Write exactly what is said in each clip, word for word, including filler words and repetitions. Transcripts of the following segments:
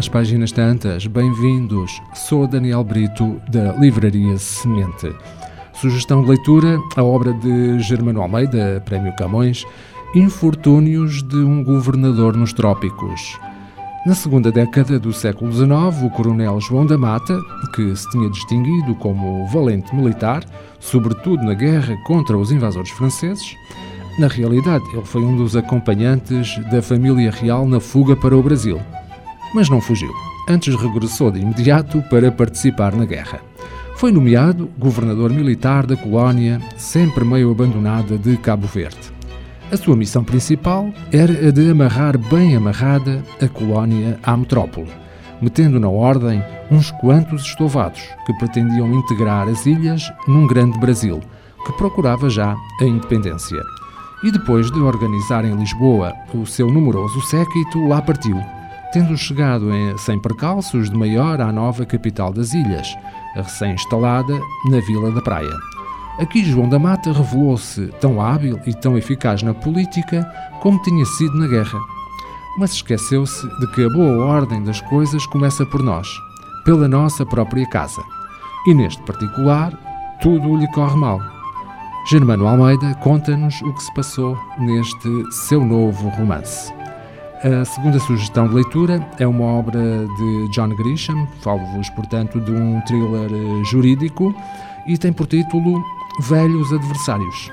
às páginas tantas, bem-vindos. Sou Daniel Brito, da Livraria Semente. Sugestão de leitura, a obra de Germano Almeida, Prémio Camões, Infortúnios de um governador nos trópicos. Na segunda década do século dezenove, o coronel João da Mata, que se tinha distinguido como valente militar, sobretudo na guerra contra os invasores franceses, na realidade ele foi um dos acompanhantes da família real na fuga para o Brasil. Mas não fugiu. Antes regressou de imediato para participar na guerra. Foi nomeado governador militar da colónia, sempre meio abandonada, de Cabo Verde. A sua missão principal era a de amarrar bem amarrada a colónia à metrópole, metendo na ordem uns quantos estovados que pretendiam integrar as ilhas num grande Brasil, que procurava já a independência. E depois de organizar em Lisboa o seu numeroso séquito, lá partiu, tendo chegado em, sem percalços de maior à nova capital das ilhas, a recém-instalada na Vila da Praia. Aqui João da Mata revelou-se tão hábil e tão eficaz na política como tinha sido na guerra. Mas esqueceu-se de que a boa ordem das coisas começa por nós, pela nossa própria casa. E neste particular, tudo lhe corre mal. Germano Almeida conta-nos o que se passou neste seu novo romance. A segunda sugestão de leitura é uma obra de John Grisham, falo-vos, portanto, de um thriller jurídico, e tem por título Velhos Adversários.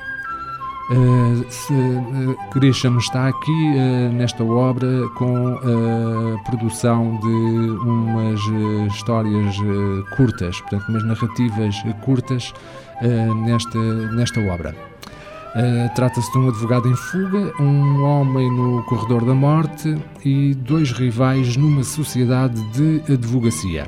Uh, se, uh, Grisham está aqui uh, nesta obra com a produção de umas uh, histórias uh, curtas, portanto, umas narrativas uh, curtas uh, nesta, nesta obra. Uh, Trata-se de um advogado em fuga, um homem no corredor da morte e dois rivais numa sociedade de advocacia.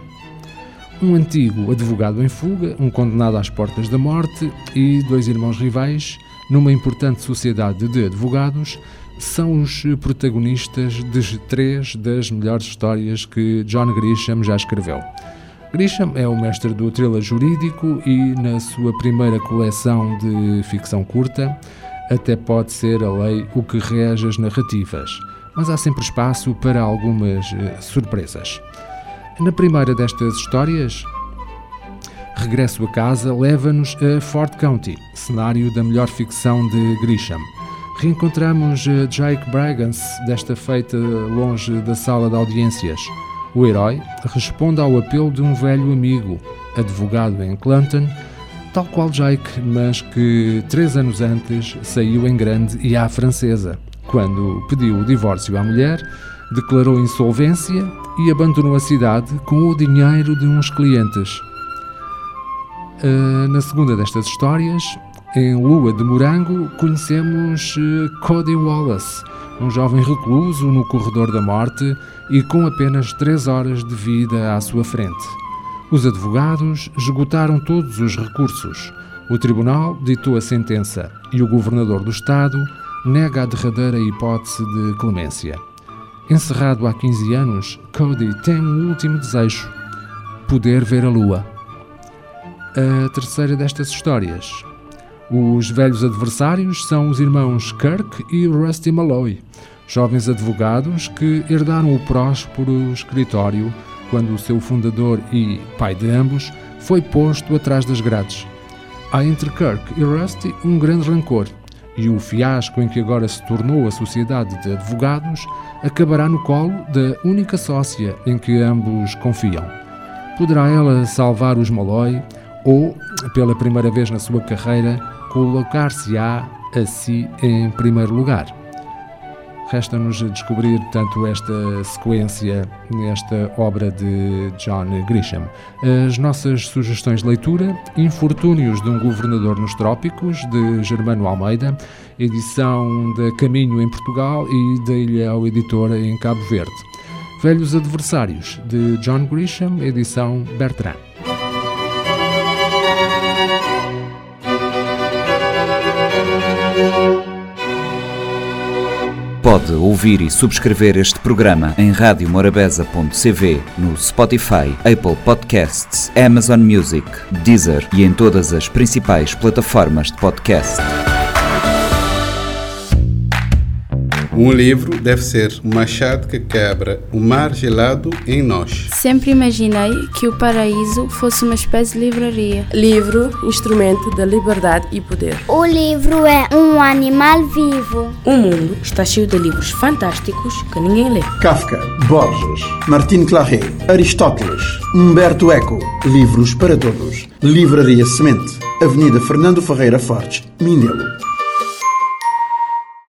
Um antigo advogado em fuga, um condenado às portas da morte e dois irmãos rivais numa importante sociedade de advogados são os protagonistas de três das melhores histórias que John Grisham já escreveu. Grisham é o mestre do thriller jurídico e, na sua primeira coleção de ficção curta, até pode ser a lei o que rege as narrativas, mas há sempre espaço para algumas uh, surpresas. Na primeira destas histórias, Regresso a Casa leva-nos a Fort County, cenário da melhor ficção de Grisham. Reencontramos uh, Jake Brigance, desta feita longe da sala de audiências. O herói responde ao apelo de um velho amigo, advogado em Clanton, tal qual Jake, mas que três anos antes saiu em grande e à francesa, quando pediu o divórcio à mulher, declarou insolvência e abandonou a cidade com o dinheiro de uns clientes. Uh, na segunda destas histórias, em Lua de Morango, conhecemos uh, Cody Wallace, um jovem recluso no corredor da morte e com apenas três horas de vida à sua frente. Os advogados esgotaram todos os recursos. O tribunal ditou a sentença e o governador do estado nega a derradeira hipótese de clemência. Encerrado há quinze anos, Cody tem um último desejo: poder ver a lua. A terceira destas histórias. Os velhos adversários são os irmãos Kirk e Rusty Malloy, jovens advogados que herdaram o próspero escritório quando o seu fundador e pai de ambos foi posto atrás das grades. Há entre Kirk e Rusty um grande rancor, e o fiasco em que agora se tornou a sociedade de advogados acabará no colo da única sócia em que ambos confiam. Poderá ela salvar os Malloy ou, pela primeira vez na sua carreira, colocar-se-á a si em primeiro lugar? Resta-nos descobrir, portanto, esta sequência nesta obra de John Grisham. As nossas sugestões de leitura: Infortúnios de um governador nos trópicos, de Germano Almeida, edição da Caminho em Portugal e da Ilhéu Editora em Cabo Verde. Velhos Adversários, de John Grisham, edição Bertrand. Pode ouvir e subscrever este programa em rádio morabeza ponto c v, no Spotify, Apple Podcasts, Amazon Music, Deezer e em todas as principais plataformas de podcast. Um livro deve ser um machado que quebra o mar gelado em nós. Sempre imaginei que o paraíso fosse uma espécie de livraria. Livro, instrumento da liberdade e poder. O livro é um animal vivo. O mundo está cheio de livros fantásticos que ninguém lê. Kafka, Borges, Martin Claret, Aristóteles, Humberto Eco. Livros para todos. Livraria Semente. Avenida Fernando Ferreira Fortes, Mindelo.